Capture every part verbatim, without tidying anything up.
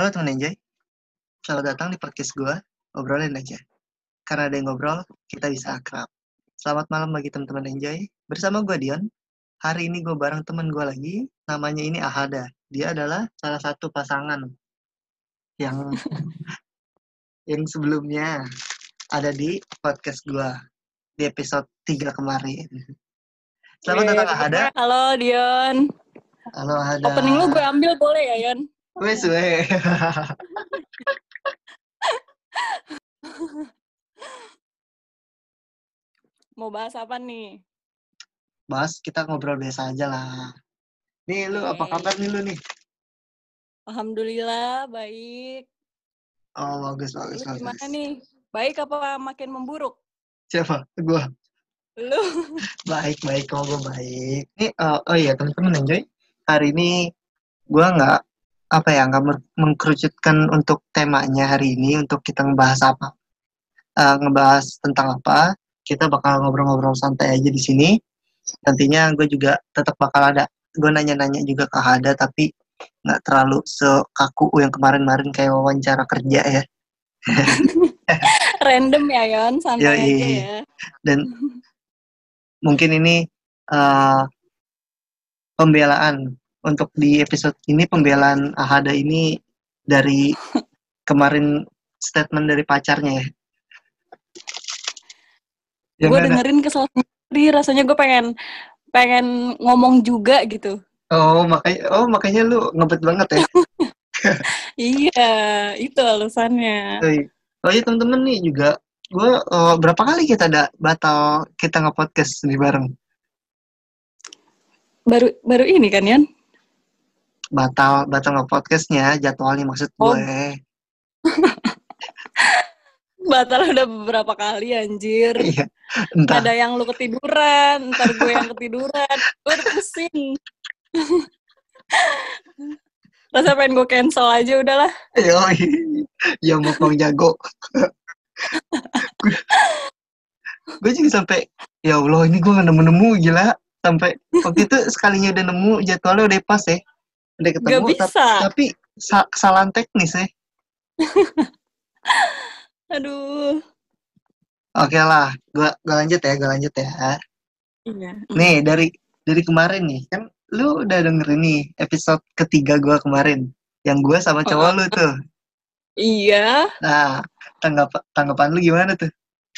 Halo teman Enjoy, selamat datang di podcast gue, Ngobrolin aja. Karena ada yang ngobrol, kita bisa akrab. Selamat malam bagi teman-teman Enjoy. Bersama gue Dion. Hari ini gue bareng teman gue lagi, namanya ini Ahada. Dia adalah salah satu pasangan yang yang sebelumnya ada di podcast gue di episode tiga kemarin. Selamat Oke, datang tepuk Ahada. tangan. Halo Dion. Halo Ahada. Opening lu gue ambil boleh ya Yon? Wes weh. Mau bahas apa nih? Bahas kita ngobrol biasa aja lah. Nih lu apa Oke. kabar nih lu nih? Alhamdulillah baik. Oh bagus bagus Lu bagus. gimana nih? Baik apa makin memburuk? Siapa? Gue. Lu? Baik, baik, kalau gue baik. Ini, uh, oh iya teman-teman Enjoy. Hari ini gue nggak apa ya nggak mer- mengkerucutkan untuk temanya hari ini untuk kita ngebahas apa, Uh, ngebahas tentang apa. Kita bakal ngobrol-ngobrol santai aja di sini. Nantinya gue juga tetap bakal ada. Gue nanya-nanya juga ke Hada tapi nggak terlalu sekaku yang kemarin-kemarin kayak wawancara kerja ya. Random ya Yon, santai Yoi. aja ya. Dan mungkin ini uh, pembelaan untuk di episode ini, pembelaan Ahada ini dari kemarin statement dari pacarnya ya. Yang Gue ada. dengerin kesel sendiri, rasanya gue pengen pengen ngomong juga gitu. Oh makanya, oh makanya lu ngebet banget ya. Iya, itu alasannya. Oh iya temen-temen nih juga, gue oh, berapa kali kita ada batal kita nge-podcast nih bareng. Baru baru ini kan Yon? Batal batal nge-podcastnya jadwalnya maksud Oh, gue. batal udah beberapa kali anjir. Iya, entah. Ada yang lu ketiduran, ntar gue yang ketiduran. Gue udah pusing. Rasa pengen gue cancel aja udahlah. Yoi, ya mau Bang Jago. Gue juga sampai, ya Allah ini gue gak nemu-nemu gila. Sampai waktu itu sekalinya udah nemu jadwalnya udah pas ya. Udah ketemu, Gak bisa. tapi, tapi sa- kesalahan teknis ya. Aduh. Oke lah, gue gue lanjut ya, gue lanjut ya. Iya. Nih dari dari kemarin nih, kan lu udah dengerin nih episode ketiga gue kemarin, yang gue sama cowok lu tuh. Iya. Nah, tanggap tanggapan lu gimana tuh?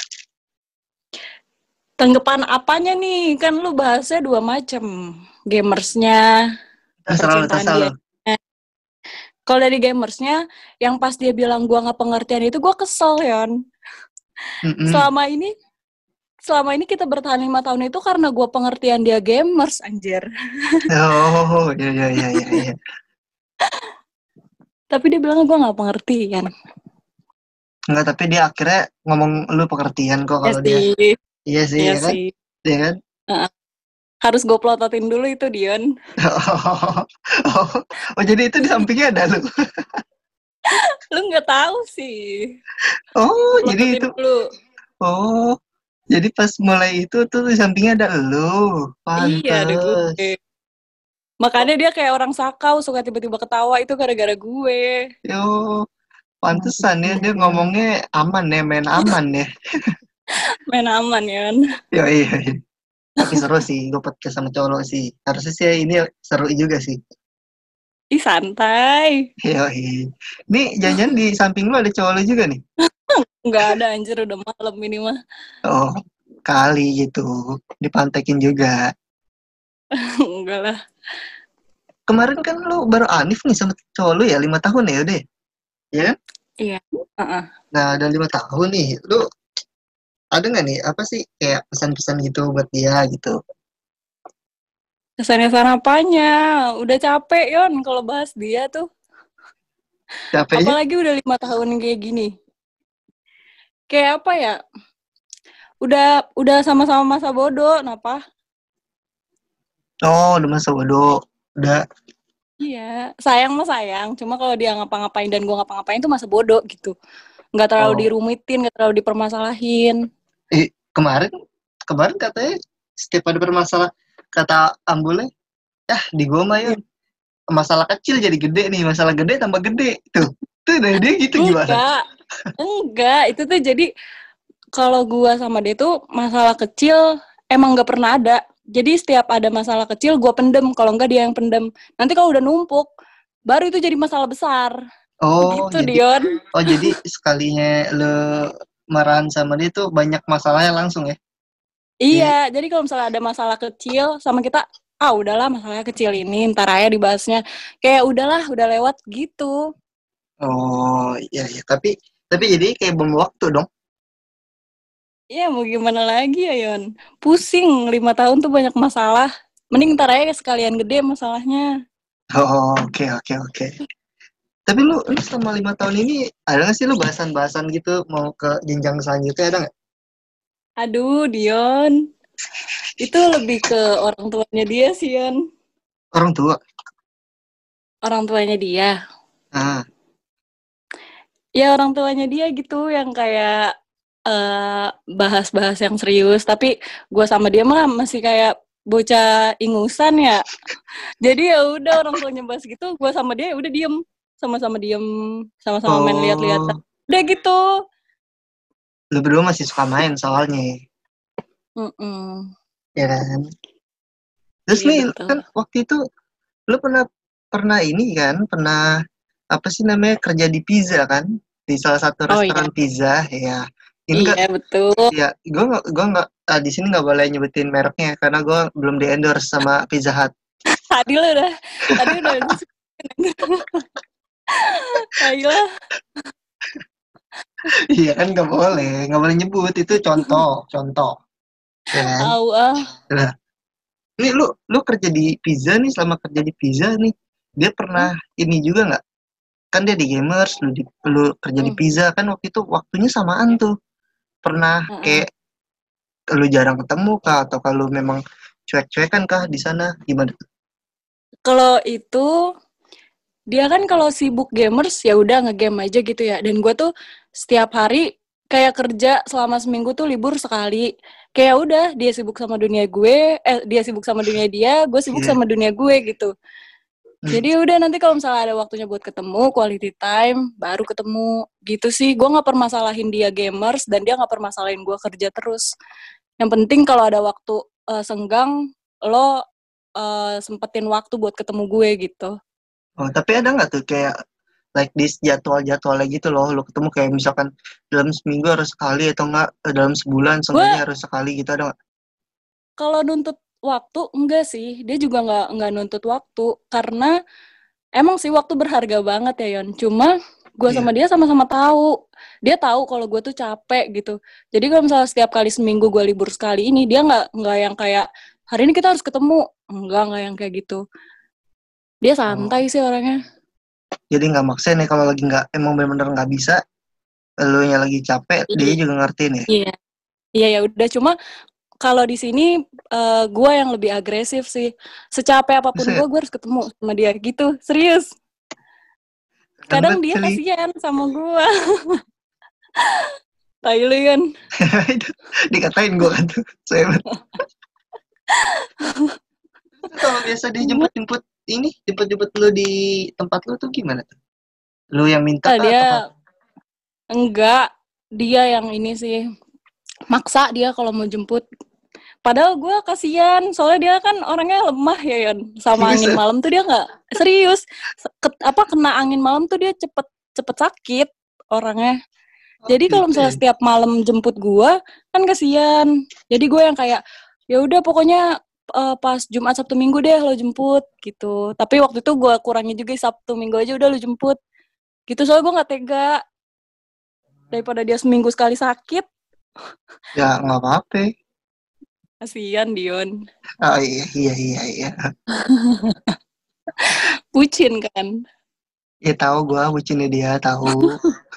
Tanggapan apanya nih? Kan lu bahasnya dua macem. Gamersnya, Terserah lu, percintaan terserah dia. lu. Kalau dari gamersnya, yang pas dia bilang gue gak pengertian itu gue kesel, Yon. Mm-mm. Selama ini, selama ini kita bertahan lima tahun itu karena gue pengertian dia gamers, anjir. Oh, iya iya iya iya. iya. Tapi dia bilang gue gak pengertian. Enggak, tapi dia akhirnya ngomong lu pengertian kok kalau Ya dia. sih. Iya sih, Iya ya kan? sih. Iya kan? Uh-uh. Harus gue plototin dulu itu, Dion. Oh, oh, oh, jadi itu di sampingnya ada lu. Lu nggak tahu sih. Oh, jadi Plototin itu. dulu. Oh, jadi pas mulai itu tuh di sampingnya ada lu. Iya, ada Pantes. gue. Makanya dia kayak orang sakau, suka tiba-tiba ketawa, itu gara-gara gue. Yo, pantesan ya dia ngomongnya aman ya, main aman ya. Main aman, Yon. Yo iya, iya. Tapi seru sih, gue podcast sama cowok sih. Harusnya sih ini seru juga sih. Ih, santai. Yo iya. Nih jangan-jangan di samping lu ada cowok lu juga nih? Nggak ada, anjir, udah malam ini mah. Oh, kali gitu. Dipantekin juga. Enggak lah. Kemarin kan lu baru anif nih sama cowok lu ya, lima tahun ya udah. Ya kan? Iya. Uh-uh. Nah, udah lima tahun nih. Lu ada nggak nih apa sih kayak pesan-pesan gitu buat dia gitu? Kesannya apanya? Udah capek, Yon, kalau bahas dia tuh. Capeknya? Apalagi udah lima tahun kayak gini. Kayak apa ya? Udah udah sama-sama masa bodoh, kenapa? Oh, udah masa bodoh. Udah. Iya, sayang mah sayang. Cuma kalau dia ngapa-ngapain dan gue ngapa-ngapain tuh masa bodoh gitu. Nggak terlalu Oh. dirumitin, nggak terlalu dipermasalahin. Eh, kemarin kemarin katanya setiap ada bermasalah kata Ambulnya, ah di gua mah Yon. masalah kecil jadi gede nih, masalah gede tambah gede. Tuh, tuh dari dia gitu gimana? Enggak, enggak. Itu tuh jadi kalau gua sama dia tuh masalah kecil emang nggak pernah ada. Jadi setiap ada masalah kecil gua pendem, kalau enggak dia yang pendem. Nanti kalau udah numpuk, baru itu jadi masalah besar. Oh, Gitu, jadi Dion. oh jadi sekalinya lo marahan sama dia tuh banyak masalahnya langsung ya? Iya, jadi kalau misalnya ada masalah kecil sama kita, ah udahlah masalahnya kecil ini, ntar aja dibahasnya. Kayak udahlah, udah lewat gitu. Oh, iya iya, tapi tapi jadi kayak bom waktu dong. Iya, mau gimana lagi ya, Yon? Pusing, lima tahun tuh banyak masalah. Mending ntar aja sekalian gede masalahnya. Oh, oke oke oke. Tapi lu, lu selama lima tahun ini ada nggak sih lu bahasan-bahasan gitu mau ke jenjang selanjutnya ada nggak? Aduh, Dion. Itu lebih ke orang tuanya dia sih, Yon. Orang tua? Orang tuanya dia. Ah, Ya, orang tuanya dia gitu, yang kayak eh, bahas-bahas yang serius. Tapi gue sama dia mah masih kayak bocah ingusan ya. Jadi ya udah orang tuanya bahas gitu, gue sama dia ya udah diem. Sama-sama diem, sama-sama main lihat-lihatan. oh, Udah gitu. lu berdua masih suka main soalnya, Mm-mm. ya kan? Terus Iya nih betul. kan waktu itu lu pernah pernah ini kan, pernah apa sih namanya kerja di pizza kan? Di salah satu Oh iya, restoran pizza, ya. Ini enggak, iya betul. ya, gue nggak, gue nggak, ah, di sini nggak boleh nyebutin mereknya karena gue belum di endorse sama Pizza Hut. Tadi lo udah, tadi udah ayolah. Iya kan nggak boleh, nggak boleh nyebut itu contoh, contoh, ya kan? Au ah. Nah, ini lu lu kerja di pizza nih, selama kerja di pizza nih, dia pernah Hmm? ini juga nggak? Kan dia di gamers, lu di lu kerja di Hmm. pizza kan waktu itu waktunya samaan tuh. Pernah Mm-mm. kayak lu jarang ketemu kah atau kalau memang cuek-cuekan kah di sana gimana tuh? Kalau itu dia kan kalau sibuk gamers ya udah ngegame aja gitu ya. Dan gue tuh setiap hari kayak kerja selama seminggu tuh libur sekali. Kayak udah dia sibuk sama dunia gue, eh dia sibuk sama dunia dia, gue sibuk Iya. sama dunia gue gitu. Hmm. Jadi udah nanti kalau misalnya ada waktunya buat ketemu, quality time, baru ketemu. Gitu sih, gue gak permasalahin dia gamers, dan dia gak permasalahin gue kerja terus. Yang penting kalau ada waktu uh, senggang, lo uh, sempetin waktu buat ketemu gue gitu. Oh, tapi ada nggak tuh kayak like this jadwal-jadwalnya gitu loh, lu ketemu kayak misalkan dalam seminggu harus sekali atau enggak eh, dalam sebulan Gue seenggaknya harus sekali gitu ada nggak? kalau nuntut waktu, enggak sih. Dia juga gak, nggak nuntut waktu. Karena emang sih waktu berharga banget ya, Yon. Cuma gue Iya. sama dia sama-sama tahu. Dia tahu kalau gue tuh capek gitu. Jadi kalau misalnya setiap kali seminggu gue libur sekali ini, dia nggak nggak yang kayak hari ini kita harus ketemu. Enggak, nggak yang kayak gitu. Dia Oh, santai sih orangnya. jadi nggak maksa nih kalau lagi nggak emang bener-bener nggak bisa, lu nya lagi capek, dia Iya, juga ngertiin ya. iya, iya ya udah. Cuma kalau di sini uh, gue yang lebih agresif sih. Secapek apapun gue, Buset, gue harus ketemu sama dia gitu. Serius. keren Kadang banget dia kali. kasihan sama gue. Tai lu, Yon. Dikatain gue kan tuh, saya kalau biasa dijemput-jemput ini, jemput-jemput lu di tempat lu tuh gimana tuh? Lu yang minta Ah, kah atau dia apa? enggak, dia yang ini sih maksa dia kalau mau jemput. Padahal gue kasihan, soalnya dia kan orangnya lemah ya, Yon. Sama angin Buset. malam tuh dia nggak serius. Ke, apa kena angin malam tuh dia cepet cepet sakit orangnya. Oh Jadi kalau gitu misalnya ya. setiap malam jemput gue kan kasihan. Jadi gue yang kayak ya udah pokoknya uh, pas Jumat Sabtu Minggu deh lo jemput gitu. Tapi waktu itu gue kurangi juga Sabtu Minggu aja udah lo jemput. Gitu soalnya gue nggak tega daripada dia seminggu sekali sakit. Ya nggak apa-apa. Kasian Dion. Oh iya iya iya iya. Bucin kan. Ya tahu gue bucinnya dia tahu.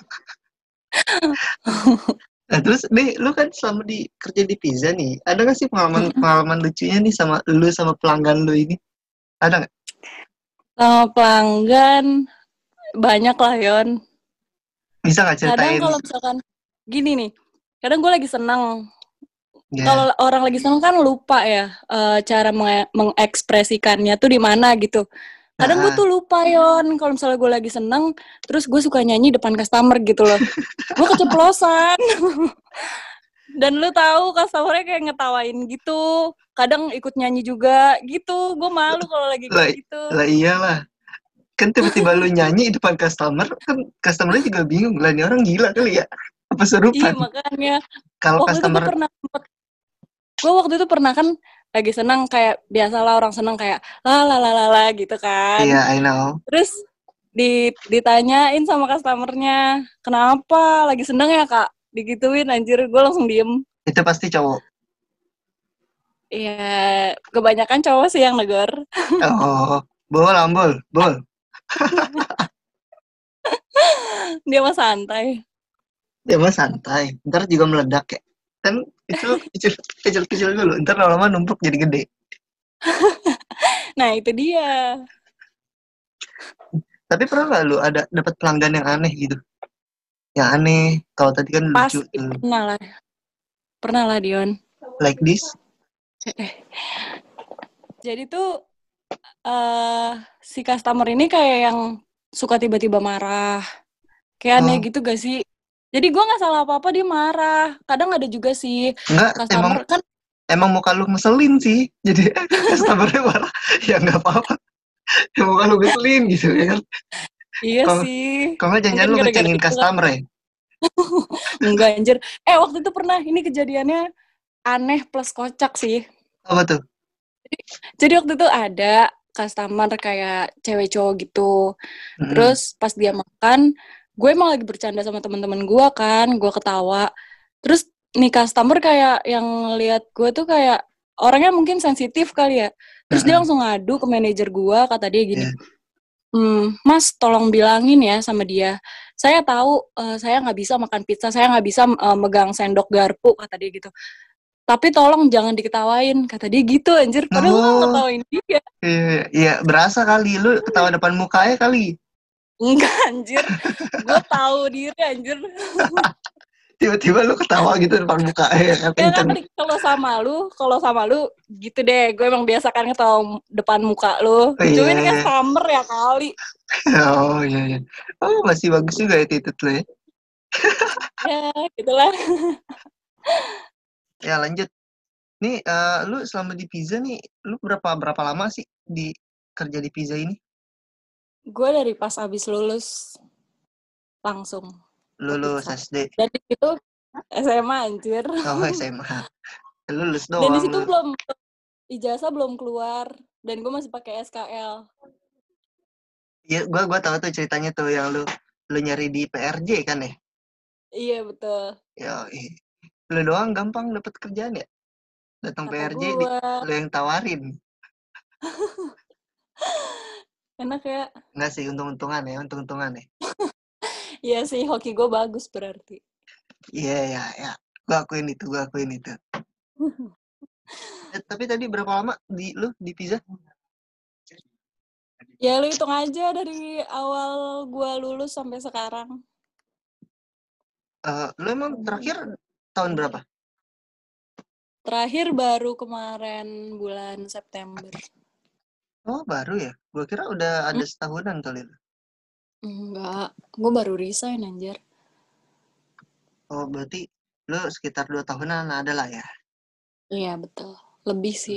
Nah, terus nih lu kan selama di kerja di pizza nih, ada nggak sih pengalaman pengalaman lucunya nih sama lu sama pelanggan lu ini? Ada nggak? Sama pelanggan banyak lah, Yon. Bisa nggak Kadang ceritain? kalau misalkan gini nih, kadang gue lagi seneng. Ya. Kalau orang lagi seneng kan lupa ya uh, cara menge- mengekspresikannya tuh di mana gitu. Kadang gue Nah, tuh lupa Yon, kalau misalnya gue lagi seneng, terus gue suka nyanyi depan customer gitu loh. Gue keceplosan. Dan lu tahu customernya kayak ngetawain gitu. Kadang ikut nyanyi juga gitu. Gue malu kalau lagi lah, kayak gitu. lah iyalah. Kan tiba-tiba lu nyanyi di depan customer, kan customernya juga bingung. Lah, ini orang gila kali ya? Apa Iya serupan? makanya. Kalau Waktu itu gue customer, pernah sempet, gue waktu itu pernah kan lagi senang kayak biasalah orang senang kayak la la la la la gitu iya, kan. I know. Terus di ditanyain sama customernya, kenapa lagi seneng ya kak? Digituin anjir, gue langsung diem. Itu pasti cowok. Iya, kebanyakan cowok sih yang negor. Oh, bol, ambol, bol. Dia mah santai. Ya mah santai. Ntar juga meledak ya. Kan itu kecil, kecil-kecil dulu. Ntar lama-lama numpuk jadi gede. Nah itu dia. Tapi pernah nggak lu ada dapat pelanggan yang aneh gitu? Yang aneh. Kalau tadi kan lucu Pasti tuh. pernah lah. Pernah lah Dion. Like this. Jadi tuh eh si customer ini kayak yang suka tiba-tiba marah. Kayak aneh Oh, gitu gak sih? Jadi gue gak salah apa-apa dia marah. Kadang ada juga sih enggak. Emang customer kan. emang muka lu ngeselin sih. Jadi customer-nya marah. Ya nggak apa-apa. Ya muka lu ngeselin gitu ya kan. Iya Kalau sih. kalau nggak jangan Mungkin lu gara-gara ngecengin itu kan. customer ya. Enggak anjir. Eh waktu itu pernah. Ini kejadiannya aneh plus kocak sih. Apa tuh? Jadi waktu itu ada customer kayak cewek cowok gitu. Mm-mm. Terus pas dia makan, gue emang lagi bercanda sama teman-teman gue kan, gue ketawa. Terus nih customer kayak yang lihat gue tuh kayak orangnya mungkin sensitif kali ya. Terus dia Mm-mm. langsung ngadu ke manajer gue, kata dia gini, Iya. hmm, Mas tolong bilangin ya sama dia. Saya tahu uh, saya nggak bisa makan pizza, saya nggak bisa uh, megang sendok garpu, kata dia gitu. Tapi tolong jangan diketawain, kata dia gitu anjir. Padahal gue Oh, ngetawain dia. iya, iya, berasa kali lu ketawa depan mukanya kali. Enggak anjir. Gue tahu diri anjir. Tiba-tiba lu ketawa gitu depan mukanya ya kan Ya kan kenceng. kalau sama lu, kalau sama lu gitu deh. Gue emang biasa kan ketawa depan muka lu. Oh, Cuma iya, ini kan iya. summer ya kali. Oh, iya, iya. Oh, masih bagus juga ya attitude lu ya. Ya, gitulah. Ya, lanjut. Nih, eh, lu selama di pizza nih, lu berapa berapa lama sih di kerja di pizza ini? Gue dari pas abis lulus langsung ke Lulus pizza. S D. Dan di situ S M A anjir. Oh, S M A. Lulus Dan di doang situ lu. belum ijazah belum keluar dan gue masih pakai S K L. Iya, gua gua tahu tuh ceritanya tuh yang lu lu nyari di P R J kan ya? Iya betul. Ya, lu doang gampang dapet kerjaan ya? Datang Kata P R J di, gue lu yang tawarin. enak ya. Enggak sih, untung-untungan ya, untung-untungan ya. Iya sih hoki gue bagus berarti. Iya, ya, ya. Gua akuin itu, gua akuin itu. Eh, tapi tadi berapa lama di lu di pizza? Ya lu hitung aja dari awal gue lulus sampai sekarang. Uh, lu emang terakhir tahun berapa? Terakhir baru kemarin bulan September. Oh, baru ya? Gua kira udah ada setahunan kali lu. Enggak, gue baru resign anjir. Oh, berarti lu sekitar dua tahunan ada lah ya? Iya betul, lebih sih.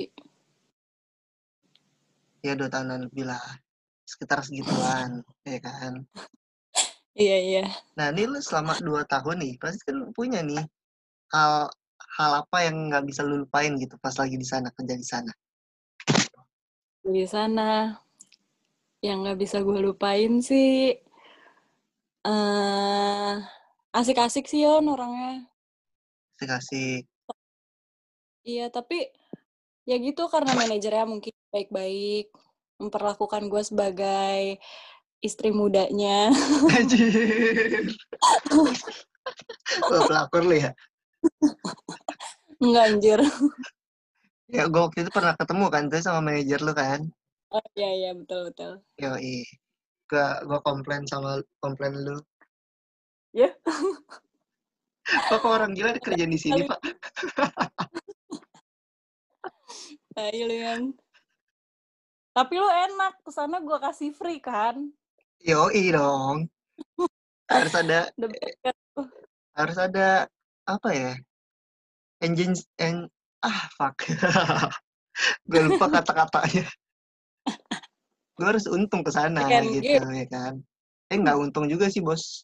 Ya, dua tahunan lebih lah. Sekitar segituan, ya kan? Iya iya. Nah, ini lu selama dua tahun nih, pasti kan lu punya nih hal hal apa yang nggak bisa lu lupain gitu pas lagi di sana, kerja di sana. Di sana yang nggak bisa gue lupain sih, uh, asik-asik sih Yon orangnya. Kasih. Iya tapi ya gitu karena manajernya mungkin baik-baik, memperlakukan gue sebagai istri mudanya. Anjir. Wah, pelakor lu ya. Enggak anjir. Ya, gue waktu itu pernah ketemu kan tuh sama manajer lu kan. Oh iya iya betul betul. Yoi. Gua, gua komplain sama komplain lu. Ya. Pak, kok orang gila kerja di sini, Kali. Pak? Tai lu Yon. Tapi lu enak, kesana gue kasih free kan. Yoi dong. Harus ada The best. harus ada apa ya? Engine en ah fuck. Gue lupa kata-katanya. Gue harus untung ke sana Weekend gitu game. ya kan. Eh nggak untung juga sih bos.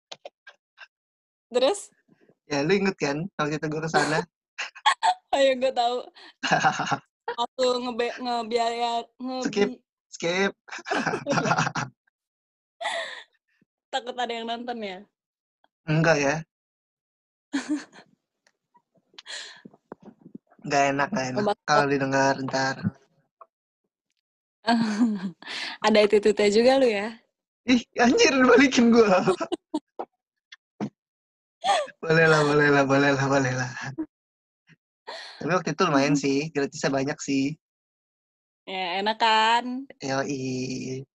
Terus, Ya lu inget kan waktu itu gue ke sana. ayo gue tahu. Aku ngebe ngebiaya ngebi Skip, skip. takut ada yang nonton ya. Enggak ya. Nggak enak, nggak enak. Ngebak- Kalau didengar ntar. Ada attitude-nya juga lu ya. Ih, anjir balikin gue. Boleh lah, boleh lah, boleh lah, boleh lah. Tapi waktu itu lumayan sih, gratisnya banyak sih. Ya enak kan. Yoi.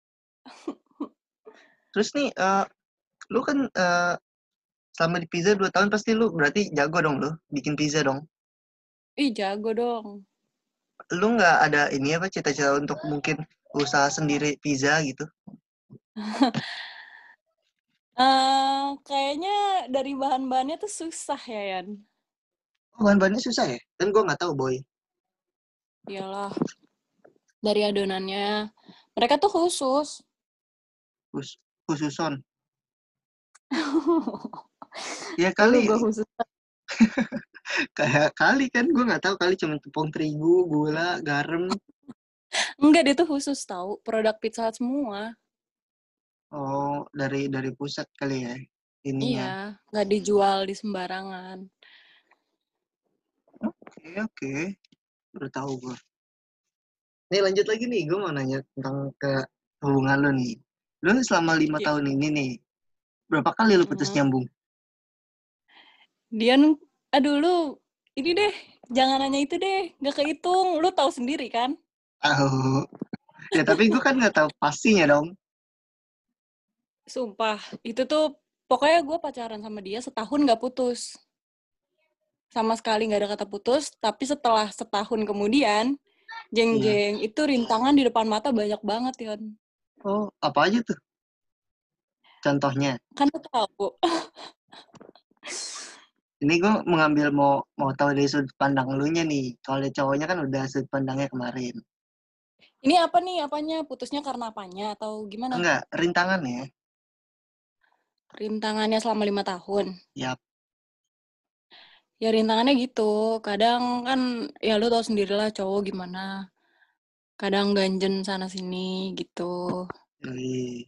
Terus nih, eh, lu kan eh, selama di pizza dua tahun pasti lu berarti jago dong lu, bikin pizza dong. Ih jago dong. Lu nggak ada ini apa cita-cita untuk mungkin usaha sendiri pizza gitu? Eh kayaknya dari bahan-bahannya tuh susah ya Yan. Oh, bahan-bahannya susah ya? Dan gue nggak tahu boy. Iyalah dari adonannya. Mereka tuh khusus. Khus khususon. Ya Lu kali, gue khusus. kayak kali kan gue nggak tahu kali cuma tepung terigu, gula, garam. Enggak, dia tuh khusus tahu produk Pizza Hut semua. Oh, dari dari pusat kali ya ininya. Iya, nggak dijual di sembarangan. Oke, oke. Baru tahu gue. Nih lanjut lagi nih, gue mau nanya tentang ke hubungan lo nih. Lo selama lima Ya. tahun ini nih, berapa kali lo putus Mm. nyambung? Dia, aduh lu, ini deh, jangan nanya itu deh, nggak kehitung. Lu tahu sendiri kan? Oh, ya tapi gue kan nggak tahu pastinya dong. Sumpah, itu tuh pokoknya gue pacaran sama dia setahun nggak putus. Sama sekali nggak ada kata putus, tapi setelah setahun kemudian, Iya. jeng-jeng, itu rintangan di depan mata banyak banget, Yon. Oh, apa aja tuh? Contohnya. Kan lu tahu. Ini gue mengambil mau mau tahu dari sudut pandang lu nya nih. Kalau cowoknya kan udah sudut pandangnya kemarin. Ini apa nih, apanya? Putusnya karena apanya? Atau gimana? Enggak, rintangan ya. Rintangannya selama lima tahun. Yap. Ya rintangannya gitu. Kadang kan, ya lu tau sendirilah cowok gimana. Kadang ganjen sana sini gitu. Jadi,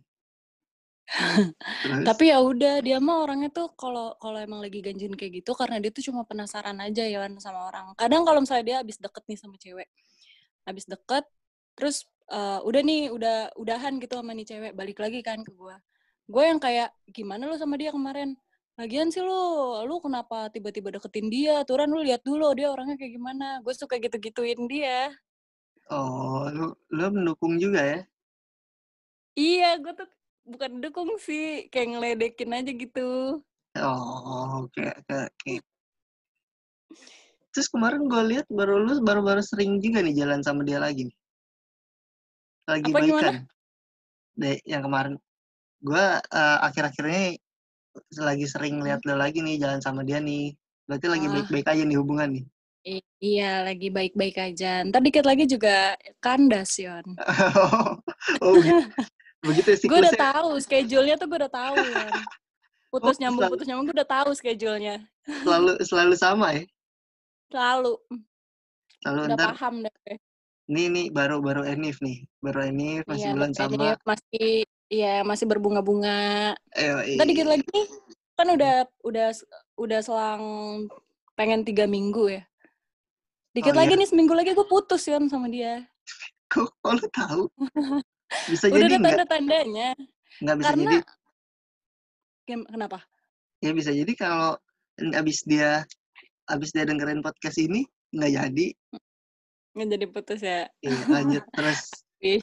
terus, Tapi ya udah, dia mah orangnya tuh kalau kalau emang lagi ganjen kayak gitu karena dia tuh cuma penasaran aja ya sama orang. Kadang kalau misalnya dia habis deket nih sama cewek, habis deket, terus uh, udah nih, udah udahan gitu sama nih cewek, balik lagi kan ke gue. Gue yang kayak, gimana lu sama dia kemarin? Lagian sih lu, lu kenapa tiba-tiba deketin dia? Turan lu lihat dulu dia orangnya kayak gimana. Gue suka gitu-gituin dia. oh, lu lu mendukung juga ya? Iya, gue tuh bukan dukung sih, kayak ngeledekin aja gitu. Oh, oke, oke, oke. Terus kemarin gue lihat baru lu baru-baru sering juga nih jalan sama dia lagi nih. Lagi Apa baikan. gimana? Deh, yang kemarin gue uh, akhir-akhir ini lagi sering lihat lo lagi nih jalan sama dia nih. Berarti lagi Ah, baik-baik aja nih hubungan nih. i- iya, lagi baik-baik aja. Ntar dikit lagi juga kandas, Yon. Oh, begitu, begitu Gue udah siklusnya. tahu, schedule-nya tuh gue udah tahu, Yon. Oh, Putus nyambung, selalu putus nyambung, gue udah tahu schedule-nya. selalu selalu sama ya. Selalu. Selalu Udah ntar paham deh. ini nih baru baru Enif nih. Baru Enif masih Iya, bulan baru sama. ini masih, iya masih berbunga-bunga. Ntar dikit Eh, lagi nih, kan udah udah udah selang pengen tiga minggu ya. oh Dikit ya, lagi nih, seminggu lagi gue putus Yon sama dia. kok kok lu tahu? Bisa Udah jadi ada nggak? tanda-tandanya. Nggak bisa Karena, jadi. kenapa? Ya bisa jadi kalau abis dia abis dia dengerin podcast ini nggak jadi. Nggak jadi putus ya. Iya lanjut terus. Ih,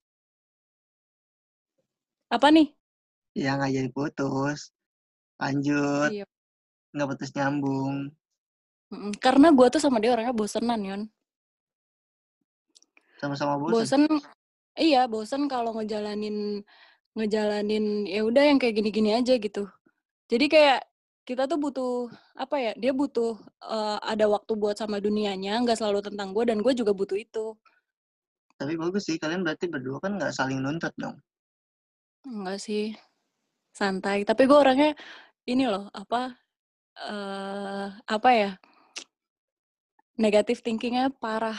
apa nih? Ya nggak jadi putus. Lanjut Iya. nggak putus nyambung. Mm-mm. Karena gue tuh sama dia orangnya bosenan, Yon. Sama-sama bosan. Bosen, Iya, bosen kalau ngejalanin ngejalanin ya udah yang kayak gini-gini aja gitu. Jadi kayak kita tuh butuh apa ya? Dia butuh uh, ada waktu buat sama dunianya, nggak selalu tentang gue dan gue juga butuh itu. Tapi bagus sih, kalian berarti berdua kan nggak saling nuntut dong. Enggak sih, santai. Tapi gue orangnya ini loh apa? Uh, apa ya? Negatif thinkingnya parah.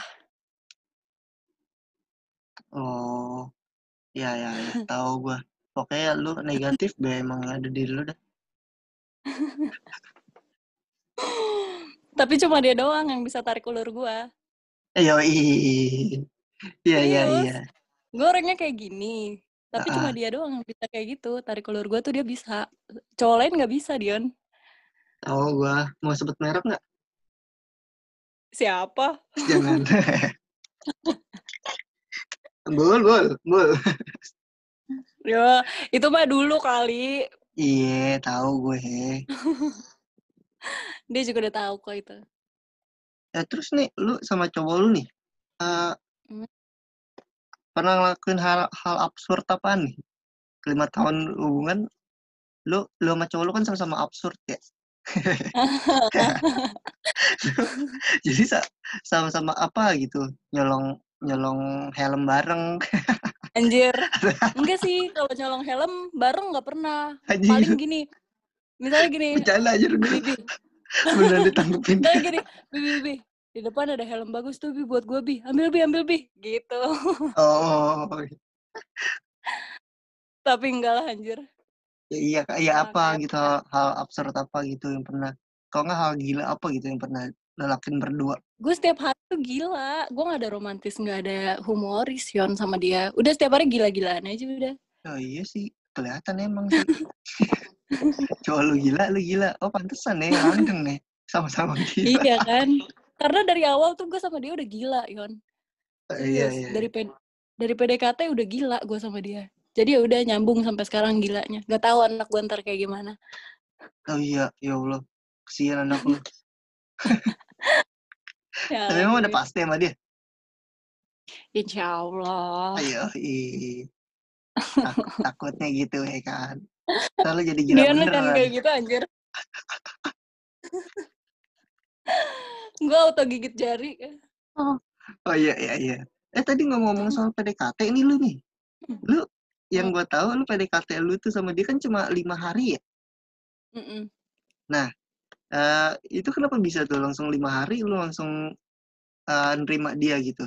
Oh, ya ya ya, tahu gua. Pokoknya lu negatif be emang ada di lu dah. Tapi cuma dia doang yang bisa tarik ulur gue. Eh, yoi. Iya iya iya. Serius, gue orangnya kayak gini. Tapi cuma Ah, dia doang yang bisa kayak gitu. Tarik ulur gue tuh dia bisa. Cowok lain nggak bisa, Dion. tahu gua. Mau sebut merek nggak? Siapa? Jangan. Bul, bul, bul. Ya, itu mah dulu kali. Iya, tahu gue. Dia juga udah tahu kok itu. Ya terus nih, lu sama cowok lu nih, eh, Hmm. pernah ngelakuin hal hal absurd apaan nih? Lima tahun hubungan, lu lu sama cowok lu kan sama-sama absurd ya. Jadi sa- sama-sama apa gitu, nyolong nyolong helm bareng. Anjir. Enggak sih, kalau nyolong helm bareng nggak pernah. Paling Anjing, gini, misalnya gini, bercanda aja Bi, udah. Bi, Bi. Beneran ditanggepin. Misalnya gini, Bi, Bi, Bi. Di depan ada helm bagus tuh, Bi, buat gue, Bi. Ambil, Bi, ambil, Bi. Gitu. Oh, Tapi enggak lah, anjir. ya iya Kak. Ya Orang apa kayak gitu, hal, hal absurd apa gitu yang pernah. Kalau nggak hal gila apa gitu yang pernah lo lakuin berdua. gue setiap hari tuh gila. Gue gak ada romantis, gak ada humoris, Yon, sama dia. Udah setiap hari gila-gilaan aja udah. Oh iya sih, kelihatan emang sih. Cowok lu gila, lu gila. Oh pantesan ya, langgeng nih. Sama-sama gila. Iya kan? Karena dari awal tuh gue sama dia udah gila, Yon. Oh, iya, Serius, iya, dari iya. P- dari P D K T udah gila gue sama dia. Jadi ya udah nyambung sampai sekarang gilanya. Gak tahu anak gue ntar kayak gimana. Oh iya, ya Allah. Kesian anak lu. Ya Tapi emang udah lagi. pasti sama dia. Insya Allah. Ayo, ih. Takut, takutnya gitu ya kan. Selalu jadi gila Dia kan beneran. kayak gitu anjir. Gue auto gigit jari. Oh. Oh iya, iya, iya. Eh tadi ngomong-ngomong soal P D K T ini lu nih. Lu yang Mm, gue tahu lu P D K T lu tuh sama dia kan cuma lima hari ya. mm-mm. Nah, eh, itu kenapa bisa tuh langsung lima hari lu langsung eh, nerima dia gitu?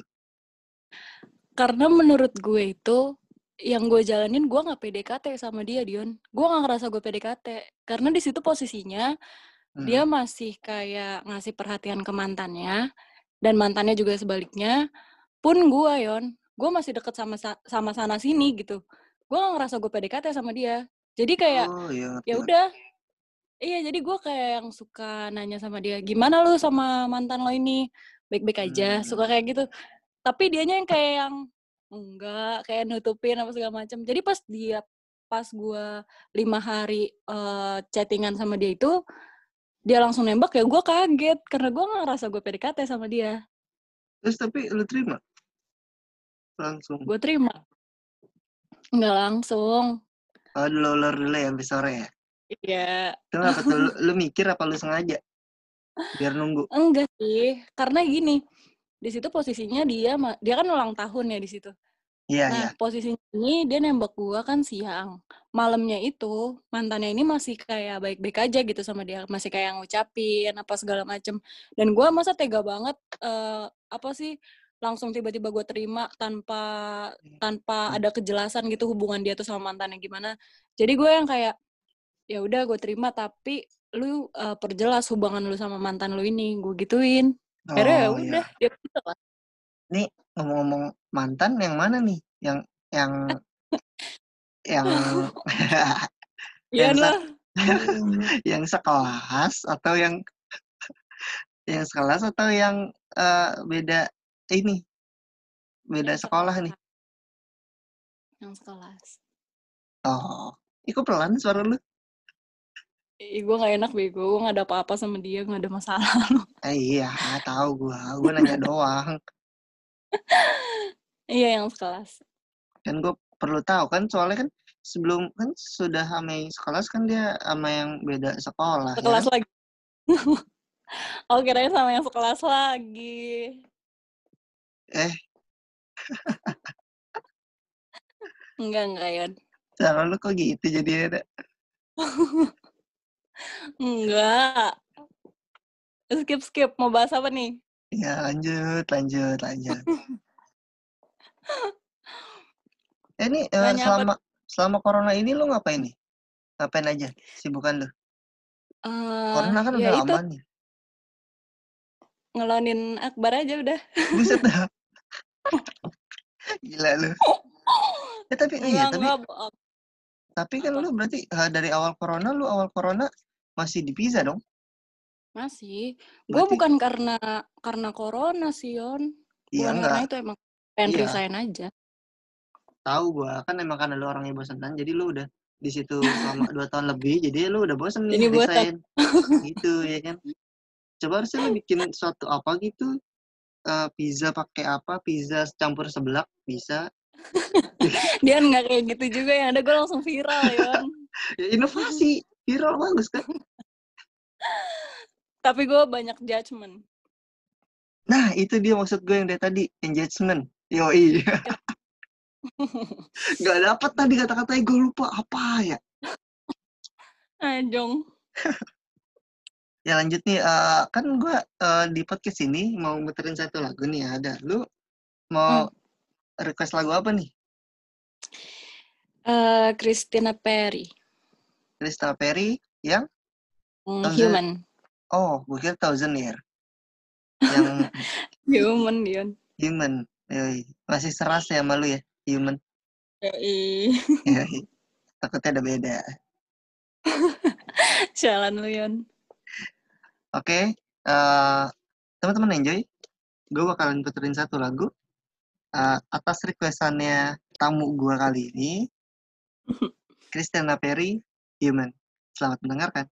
Karena menurut gue itu yang gue jalanin gue nggak P D K T sama dia, Dion. Gue nggak ngerasa gue P D K T karena di situ posisinya Hmm. dia masih kayak ngasih perhatian ke mantannya dan mantannya juga sebaliknya. Pun gue, Yon, gue masih deket sama sama sana sini gitu. Gue nggak ngerasa gue P D K T sama dia. Jadi kayak Oh iya, ngerti, ya ngerti. udah. Iya, jadi gue kayak yang suka nanya sama dia, gimana lu sama mantan lo ini? Baik-baik aja, Hmm. suka kayak gitu. Tapi dianya yang kayak yang enggak, kayak nutupin apa segala macam. Jadi pas dia pas gue lima hari uh, chattingan sama dia itu, dia langsung nembak ya gue kaget karena gue nggak ngerasa gue P D K T sama dia. Terus tapi lu terima langsung. Gue terima, nggak langsung. Oh, dulu ulur dulu ya sampai sore ya. Iya, Itu apa tuh? Lu, lu mikir apa lu sengaja biar nunggu? enggak sih, karena gini, di situ posisinya dia dia kan ulang tahun ya di situ. Iya, iya. Nah, posisinya ini dia nembak gua kan siang. Malamnya itu, mantannya ini masih kayak baik-baik aja gitu sama dia. Masih kayak ngucapin apa segala macem. Dan gua masa tega banget, uh, apa sih, langsung tiba-tiba gue terima tanpa tanpa Hmm. ada kejelasan gitu hubungan dia tuh sama mantannya gimana. Jadi gue yang kayak, ya udah gue terima, tapi lu uh, perjelas hubungan lu sama mantan lu ini. Gue gituin. Akhirnya ya Oh udah, iya. dia bisa lah. Nih ngomong-ngomong mantan yang mana nih? Yang yang yang yang Iyan se lah. yang sekelas atau yang yang sekelas atau yang eh, beda ini beda Yang sekolah nih. sekelas. Yang sekelas. Oh, ikut pelan suara lu. Ih, gue gak enak bego, gue gak ada apa-apa sama dia, gak ada masalah. Eh, iya, tahu gua. Gua nanya doang. Iya, yang sekelas. Kan gue perlu tahu kan, soalnya kan sebelum kan sudah sama yang sekelas kan dia sama yang beda sekolah Sekelas ya kan? lagi. Oh, kirain sama yang sekelas lagi. Eh, Enggak, enggak, Yon. cara lu kok gitu jadi ada. Enggak. Skip, skip. Mau bahas apa nih? Ya lanjut, lanjut, lanjut. Eh, ini eh, Nanya apa? selama selama corona ini lu ngapain nih? Ngapain aja sibukan lu? Eh, Corona kan ya udah itu, lama nih. ngelonin Akbar aja udah. Buset dah. Gila lu. Ya tapi oh iya, Enggak, tapi enggak, bohong. tapi kan Apa? lu berarti eh, dari awal corona lu awal corona masih di Pisa dong? Masih. Gue Berarti bukan karena karena corona sih, Yon. iya Bukan karena enggak. itu, emang pengen Iya, resign aja. tahu gua kan emang karena lu orangnya bosenan jadi lu udah di situ selama dua tahun lebih jadi lu udah bosen nih Ini buatan. resign gitu ya kan. Coba harusnya lu bikin suatu apa gitu, eh, pizza pakai apa, pizza campur seblak bisa. Dia nggak kayak gitu juga, yang ada gue langsung viral, Yon. Ya, inovasi viral bagus kan. Tapi gue banyak judgement. Nah itu dia maksud gue yang dari tadi, engagement. Yoi. Gak dapet tadi kata-katanya, gue lupa apa ya. Anjong. Ya lanjut nih, uh, kan gue uh, di podcast ini mau muterin satu lagu nih, ada. Lu mau Hmm. request lagu apa nih? Uh, Christina Perry. Christina Perry yang? Mm, Thousand... Human. Oh, gue kira Thousand Year. Yang Human, Dion. Human. Yoi. Masih seras ya sama lu ya, Human. Yoi. Yoi. Takutnya ada beda. Jalan lu, Yon. Oke, okay. uh, teman-teman enjoy. Gue bakalan puterin satu lagu uh, atas requestannya tamu gue kali ini, Christina Perry, Human. Selamat mendengarkan.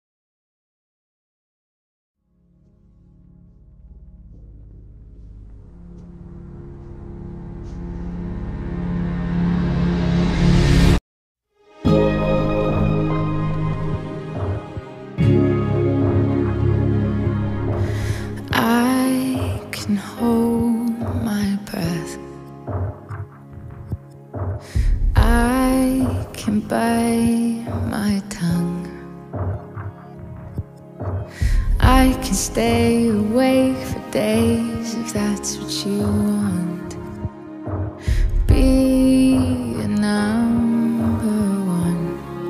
Bite my tongue. I can stay awake for days if that's what you want. Be a number one.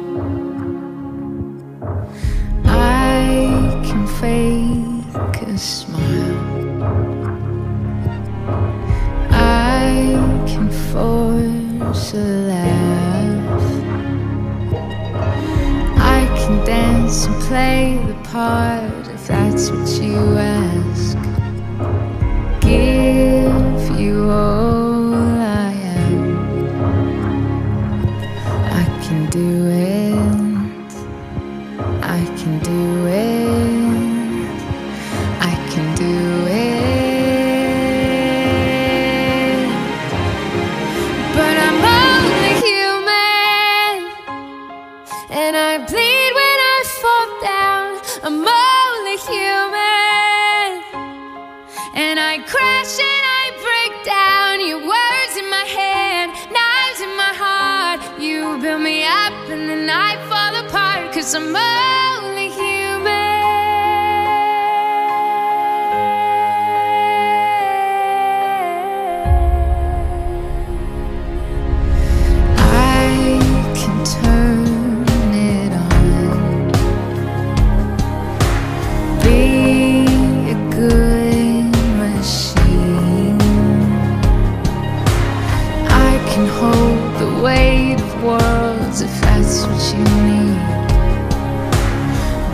I can fake a smile. I can force a laugh. Dance and play the part if that's what you ask. Give you all I am. I can do it. I can do it. I can do it. But I'm only human, and I bleed when I fall down. I'm only human, and I crash and I break down. Your words in my head, knives in my heart. You build me up and then I fall apart, 'cause I'm only human. I can turn weight of worlds if that's what you need.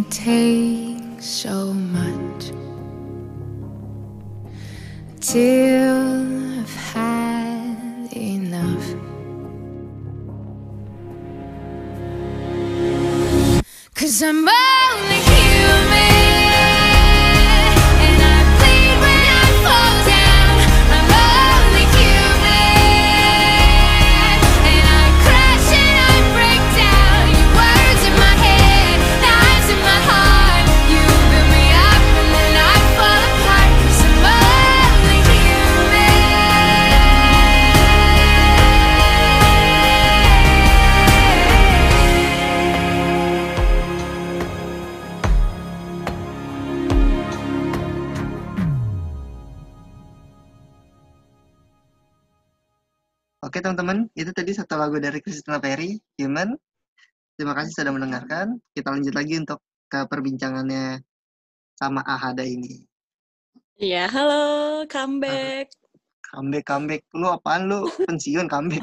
take so much till I've had enough. Cause I'm only human, and I bleed when I fall down. I'm only human, and I crash and I break down. Your words in my head, lies in my heart. You build me up and then I fall apart. Cause I'm only Oke teman-teman, itu tadi satu lagu dari Christina Perry, Human. Terima kasih sudah mendengarkan. Kita lanjut lagi untuk ke perbincangannya sama Ahada ini. Iya, halo, comeback. Comeback, comeback. Lu apaan lu? Pensiun comeback.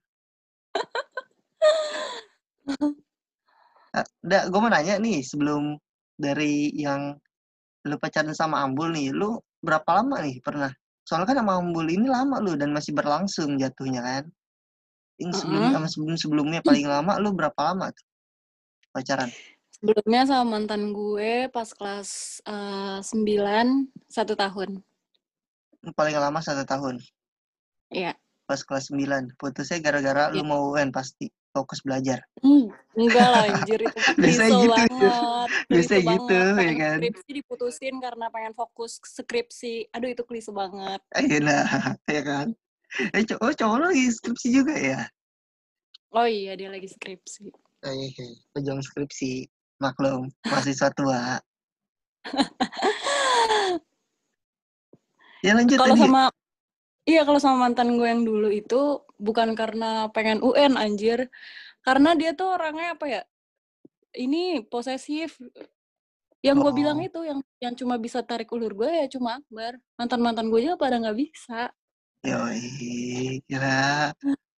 Udah, gue mau nanya nih, sebelum dari yang lu pacaran sama Ambul nih, lu berapa lama nih pernah? Soalnya kan sama Ambul ini lama lu dan masih berlangsung jatuhnya kan. Yang sebelum Mm-mm. sama sebelum-sebelumnya paling lama lu berapa lama tuh pacaran? Sebelumnya sama mantan gue pas kelas uh, sembilan, satu tahun. Lu paling lama satu tahun. Iya. Pas kelas sembilan. Putusnya gara-gara lu Iya. mau U N pasti fokus belajar. Hmm, enggak lah anjir, itu Biasanya klise gitu, banget. biasanya Klise gitu, banget. ya Pengen kan? skripsi diputusin karena pengen fokus skripsi. Aduh, itu klise banget. Ayo nah, ya kan? Eh, co- oh, cowok lu lagi skripsi juga ya? Oh iya, dia lagi skripsi. Eh, pejuang skripsi. Maklum, mahasiswa tua. Ya lanjut Kalau tadi. sama Iya, kalau sama mantan gue yang dulu itu bukan karena pengen U N anjir. Karena dia tuh orangnya apa ya? Ini posesif. Yang gue bilang Oh, itu yang yang cuma bisa tarik ulur gue ya cuma Akbar. Mantan-mantan gue juga pada nggak bisa. yoi, kira.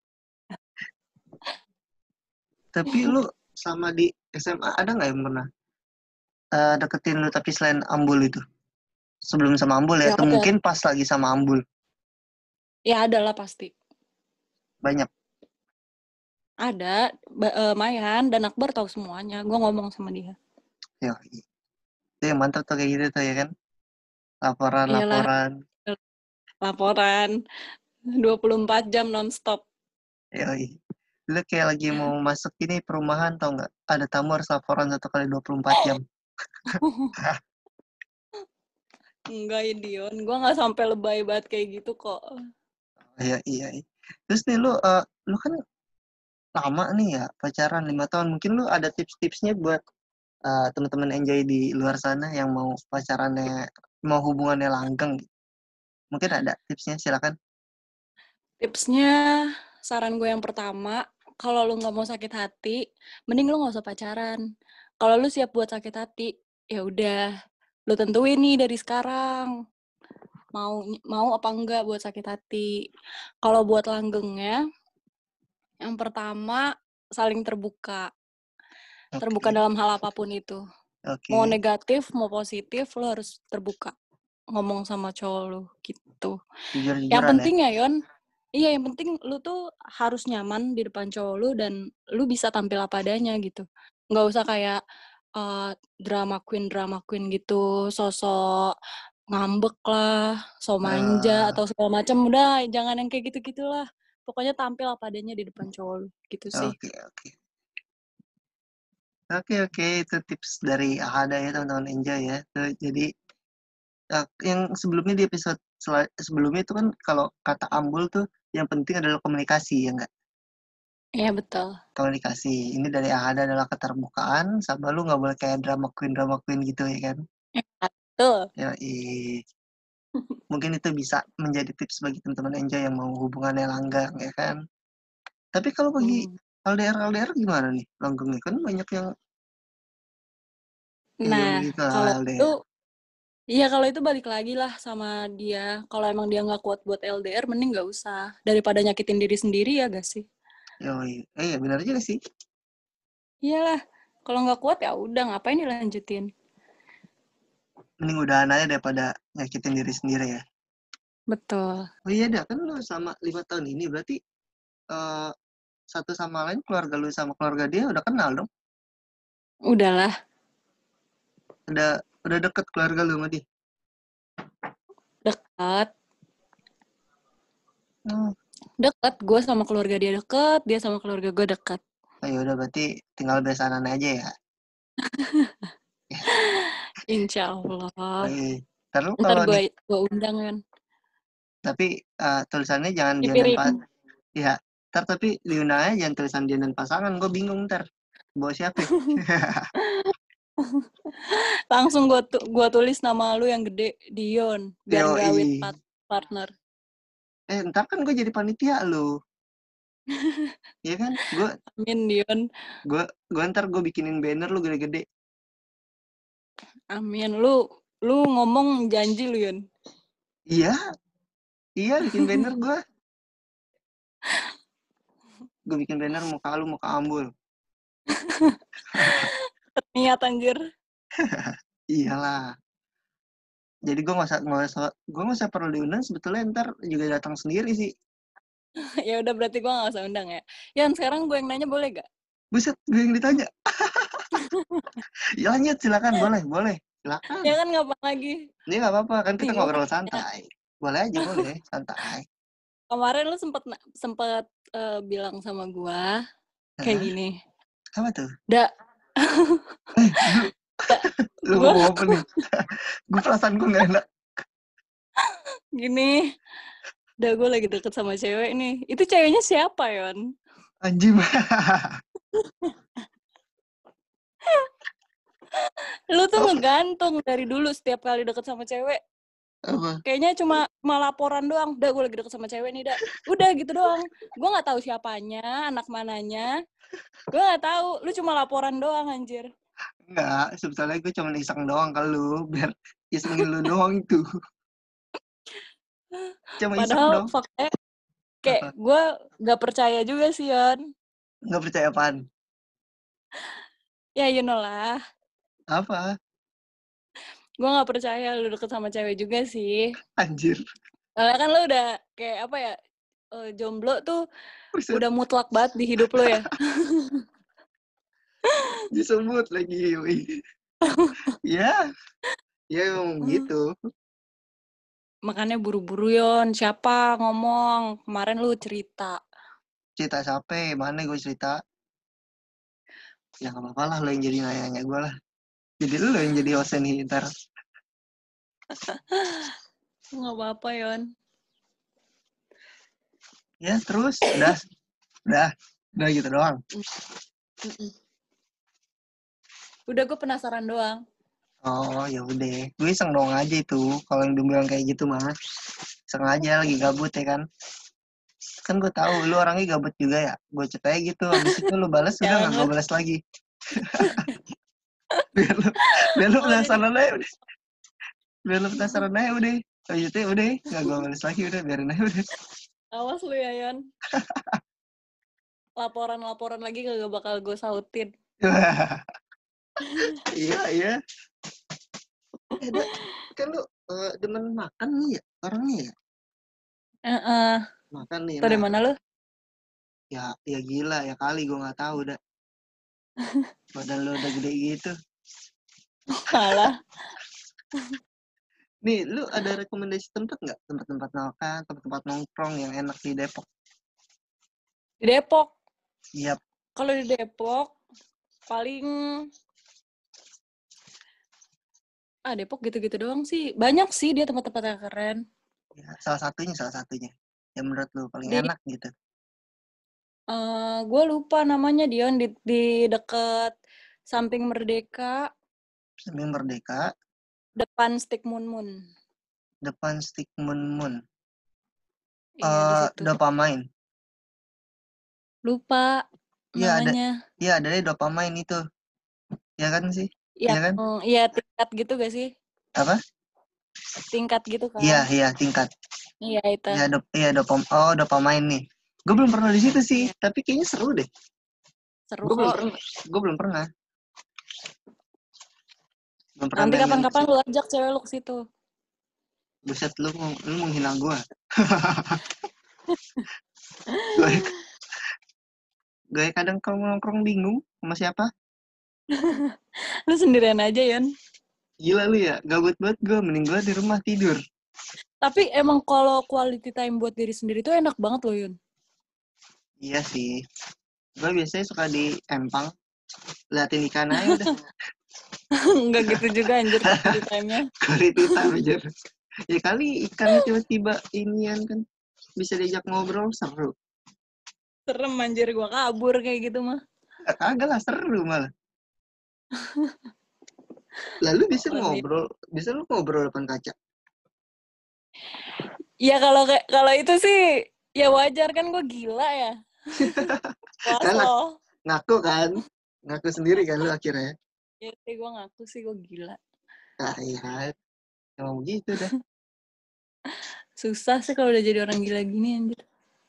Tapi lu sama di S M A ada nggak yang pernah eh, deketin lu tapi selain Ambul itu? Sebelum sama Ambul ya, Ya atau ada, mungkin pas lagi sama Ambul? ya ada lah pasti. Banyak. Ada, ba- eh, Mayan dan Akbar tahu semuanya. Gue ngomong sama dia. Yoi. Itu yang mantap tuh kayak gitu tuh ya kan? Iyalah, Laporan-laporan. laporan dua puluh empat jam nonstop. Yoi. Lu kayak lagi mau masuk ini perumahan tau nggak? Ada tamu harus laporan satu kali dua puluh empat jam. Enggak ya Dion, gue nggak sampai lebay banget kayak gitu kok. Iya, iya. iya. Terus nih lu, eh, lu kan lama nih ya pacaran lima tahun. Mungkin lu ada tips-tipsnya buat eh, teman-teman enjoy di luar sana yang mau pacarannya, mau hubungannya langgeng. Mungkin ada tipsnya, silakan. Tipsnya, saran gue yang pertama, kalau lu nggak mau sakit hati, mending lu nggak usah pacaran. Kalau lu siap buat sakit hati, ya udah, lu tentuin nih dari sekarang mau mau apa enggak buat sakit hati. Kalau buat langgengnya, yang pertama saling terbuka, terbuka Oke, dalam hal apapun itu. Mau oke. negatif, mau positif, lu harus terbuka ngomong sama cowok lu gitu. Yang Jujur-jujuran ya. penting ya Yon, iya yang penting lu tuh harus nyaman di depan cowok lu dan lu bisa tampil apa adanya gitu. Nggak usah kayak uh, drama queen drama queen gitu, sosok ngambek lah, so manja Eh, atau segala macam. Udah jangan yang kayak gitu-gitulah. Pokoknya tampil apa adanya di depan cowok lu gitu sih. Oke, oke. Oke, oke. Itu tips dari Ahada ya, teman-teman enjoy ya. Tuh, jadi, eh, yang sebelumnya di episode sel- sebelumnya itu kan kalau kata Ambul tuh yang penting adalah komunikasi, ya nggak? Iya betul. Komunikasi. Ini dari Ahada adalah keterbukaan, sama lu nggak boleh kayak drama queen drama queen gitu ya kan? Betul. Ya, mungkin itu bisa menjadi tips bagi teman-teman enjoy yang mau hubungannya langgang ya kan. Tapi kalau bagi Hmm. L D R L D R gimana nih langgengnya, kan banyak yang iya Nah, begitu kalau lah itu L D R. Iya, kalau itu balik lagi lah sama dia. Kalau emang dia nggak kuat buat L D R, mending nggak usah. Daripada nyakitin diri sendiri ya gak sih? Yoi. Eh iya benar juga sih. Iyalah, Kalau nggak kuat ya udah, ngapain dilanjutin? Mending udahan aja daripada nyakitin diri sendiri ya. Betul. Oh iya dah, kan lu sama lima tahun ini berarti uh, satu sama lain, keluarga lu sama keluarga dia udah kenal dong? Udahlah. Udah udah deket keluarga lu sama dia? Dekat. Oh. Deket, gue sama keluarga dia deket, dia sama keluarga gue deket. Oh ya udah, berarti tinggal besanan aja ya. Insya Allah. Oke. Terus Ntar kalau gue di, gue undang kan. tapi uh, tulisannya jangan dia dan Dipiring. pas. Ya, ntar tapi diundangnya jangan tulisan dia dan pasangan, gue bingung ntar. Bawa siapa? Langsung gue tu- gua tulis nama lu yang gede, Dion, biar Yoi. nggak with pat- partner. Eh ntar kan gue jadi panitia lu. Iya kan? Gue Amin Dion. gue gue ntar gue bikinin banner lu gede-gede. Amin. Lu lu ngomong janji lu Yon. Iya. Iya bikin banner gue. Gue bikin banner muka lu muka Ambul. Niat anjir. Iyalah. Jadi gue nggak usah nggak usah gue nggak usah perlu diundang, sebetulnya ntar juga datang sendiri sih. Ya udah berarti gue nggak usah undang ya. Yan sekarang gue yang nanya boleh gak? Buset, gue yang ditanya. Ya lanjut, silakan, boleh, boleh, silakan. Ya kan ngapa lagi? Ini nggak apa-apa, kan kita Nih, ngobrol gua- santai. Boleh aja, boleh, santai. Kemarin lu sempet sempet uh, bilang sama gue kayak Hah? gini. Apa tuh? Da. Eh, lu, lu Gua- ngomong apa nih? Gue perasaan gue nggak enak. Gini. Udah gue lagi deket sama cewek nih. Itu ceweknya siapa Yon? Anjing. Lu tuh Oh. ngegantung dari dulu setiap kali deket sama cewek. Apa? Kayaknya cuma cuma laporan doang. Udah gue lagi deket sama cewek nih, dah. Udah gitu doang. Gue nggak tahu siapanya, anak mananya. Gue nggak tahu. Lu cuma laporan doang anjir. Enggak, sebetulnya gue cuma iseng doang ke lu, biar isengin lu doang itu. Cuma iseng Padahal dong. faktanya kayak gue nggak percaya juga sih Yon. Nggak percaya apaan? Ya you know lah. Apa? Gue nggak percaya lu deket sama cewek juga sih. Anjir. Soalnya kan lu udah kayak apa ya, uh, jomblo tuh Buset. udah mutlak banget di hidup lu ya. Disebut lagi. Ya. Ya emang gitu. Makanya buru-buru Yon. Siapa ngomong? Kemarin lu cerita. Cerita siapa? Mana gue cerita? Ya nggak apa-apa lah, lo yang jadi nanya-nanya gue lah. Jadi lo yang jadi host nih ntar. Nggak apa-apa Yon. Ya terus, udah, udah, udah gitu doang. Mm-mm. Udah gue penasaran doang. Oh ya udah, gue iseng doang aja itu. Kalau yang bilang kayak gitu mah, sengaja lagi gabut ya kan. Kan gue tahu lu orangnya gabut juga ya. Gue chat aja gitu, habis itu lu balas udah nggak gue balas lagi. biar lu, biar lu penasaran aja udah. Biar lu penasaran aja udah. Habis itu udah nggak gue balas lagi, udah biarin aja udah. Awas lu ya Yon. Laporan-laporan lagi kagak bakal gue sautin. Iya iya. Eh, da, kan lu uh, demen makan nih ya orangnya ya. Uh-uh. Makan nih. Tau dari mana lu? Ya ya gila ya kali, gue nggak tahu dah. Badan lu udah gede gitu. Malah. Nih, lu ada rekomendasi tempat nggak? Tempat-tempat makan, tempat-tempat nongkrong yang enak di Depok? Di Depok? Iya. Yep. Kalau di Depok, paling... Ah, Depok gitu-gitu doang sih. Banyak sih dia tempat-tempat yang keren. Ya, salah satunya, salah satunya. Yang menurut lu paling di, enak gitu. Uh, gue lupa namanya, Dion. Di, di deket samping Merdeka. Samping Merdeka. Depan Stick Moon Moon. Depan Stick Moon Moon. Iya, uh, di situ. Dopamine. Lupa Iya, namanya. Iya, ada, ada Dopamine itu. Ya kan sih? Iya ya kan? Iya, tingkat gitu gak sih? Apa? Tingkat gitu kan? Iya, iya, tingkat. Iya, itu. Iya, dop, iya, dopam, oh, Dopamine nih. Gue belum pernah di situ sih, tapi kayaknya seru deh. Seru Gue belum kok. pernah. Gue belum pernah. Belum pernah Nanti main-main ke kapan-kapan situ. lu ajak cewek lu ke situ. Buset, lu lu menghina gua. gue gue kadang kalau nongkrong bingung sama siapa. Lu sendirian aja, Yon. Gila lu ya, gabut banget gue, mending gue di rumah tidur. Tapi emang kalau quality time buat diri sendiri tuh enak banget loh, Yun. Iya sih, gue biasanya suka di empang, liatin ikan aja udah. Enggak gitu juga anjir quality time-nya. Quality time aja. Ya kali ikannya tiba-tiba inian kan, bisa diajak ngobrol, seru. Serem anjir, gua kabur kayak gitu mah. Gak kagak lah, seru malah. Lalu bisa Lebih. ngobrol, bisa lu ngobrol depan kaca. Ya kalau kayak kalau itu sih ya wajar kan, gue gila ya. Kelas Kan lo. ngaku kan, ngaku sendiri kan lu akhirnya. Ya sih gue ngaku sih gue gila. Nah iya, emang begitu dah. Susah sih kalau udah jadi orang gila gini anjir.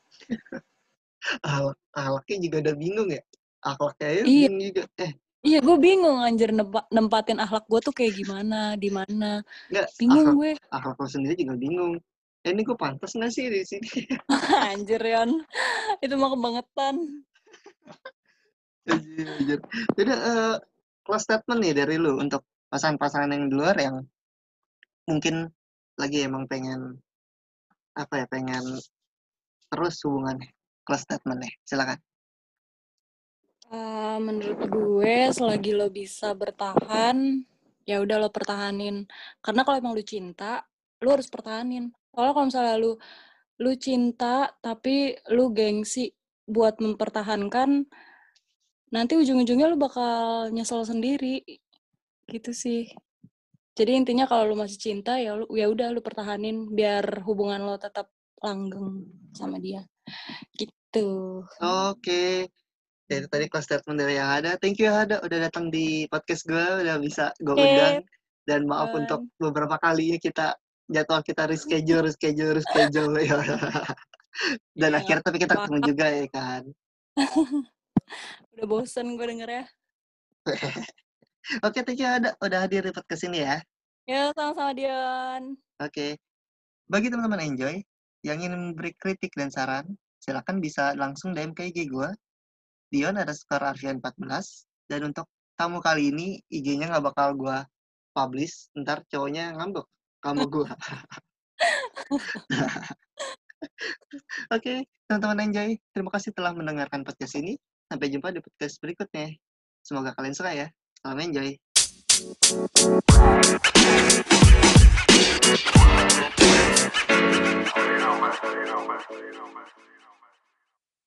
Alak, alaknya juga udah bingung ya. Akhlaknya ya Iya. bingung juga. Eh, Iya gue bingung anjir nempa- nempatin akhlak gue tuh kayak gimana, di mana. enggak, Bingung akhlak, gue. akhlak lo sendiri juga bingung. Eh, ini gue pantas nggak sih di sini? Anjir Yon. Itu mah kebangetan. Anjir, anjir. Jadi uh, close statement nih dari lu untuk pasangan-pasangan yang di luar yang mungkin lagi emang pengen apa ya, pengen terus hubungannya. Close statement nih, silakan. Uh, menurut gue selagi lo bisa bertahan, ya udah lo pertahanin. Karena kalau emang lu cinta, lu harus pertahanin. Soalnya kalau misalnya lu lu cinta tapi lu gengsi buat mempertahankan, nanti ujung-ujungnya lu bakal nyesel sendiri. Gitu sih. Jadi intinya kalau lu masih cinta ya lu ya udah lu pertahanin biar hubungan lo tetap langgeng sama dia. Gitu. Oke. Ya, itu tadi close statement dari yang ada. Thank you Hada udah datang di podcast gue, udah bisa gue undang. Dan maaf Dan untuk beberapa kalinya kita jadwal kita reschedule, reschedule, reschedule. Dan ya, akhirnya tapi kita ketemu juga ya kan. Udah bosen gue denger ya. Oke, thank you Hada udah hadir di podcast ini ya. Ya, sama-sama Dion. Oke. Bagi teman-teman Enjoy yang ingin memberi kritik dan saran, silakan bisa langsung D M ke I G gue. Dion ada skor Arfian empat belas. Dan untuk tamu kali ini, I G-nya nggak bakal gue publish. Ntar cowoknya ngambek kamu gue. Oke, teman-teman Enjoy. Terima kasih telah mendengarkan podcast ini. Sampai jumpa di podcast berikutnya. Semoga kalian suka ya. Salam Enjoy. You know, man. You know, man. You know, man.